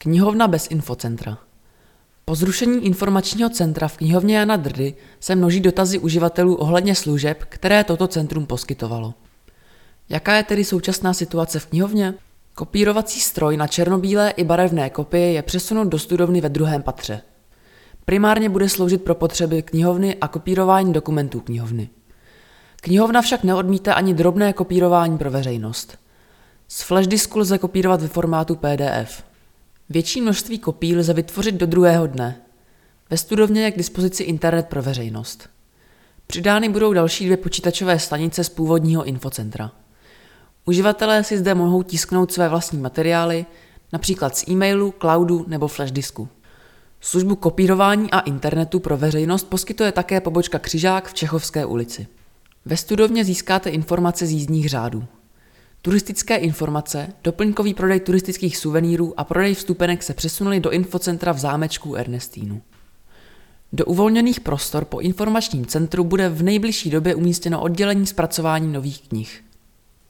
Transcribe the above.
Knihovna bez infocentra. Po zrušení informačního centra v knihovně Jana Drdy se množí dotazy uživatelů ohledně služeb, které toto centrum poskytovalo. Jaká je tedy současná situace v knihovně? Kopírovací stroj na černobílé i barevné kopie je přesunut do studovny ve druhém patře. Primárně bude sloužit pro potřeby knihovny a kopírování dokumentů knihovny. Knihovna však neodmítá ani drobné kopírování pro veřejnost. Z flashdisku lze kopírovat ve formátu PDF. Větší množství kopií lze vytvořit do druhého dne. Ve studovně je k dispozici internet pro veřejnost. Přidány budou další 2 počítačové stanice z původního infocentra. Uživatelé si zde mohou tisknout své vlastní materiály, například z e-mailu, cloudu nebo flashdisku. Službu kopírování a internetu pro veřejnost poskytuje také pobočka Křižák v Čechovské ulici. Ve studovně získáte informace z jízdních řádů. Turistické informace, doplňkový prodej turistických suvenýrů a prodej vstupenek se přesunuly do infocentra v zámečku Ernestínu. Do uvolněných prostor po informačním centru bude v nejbližší době umístěno oddělení zpracování nových knih.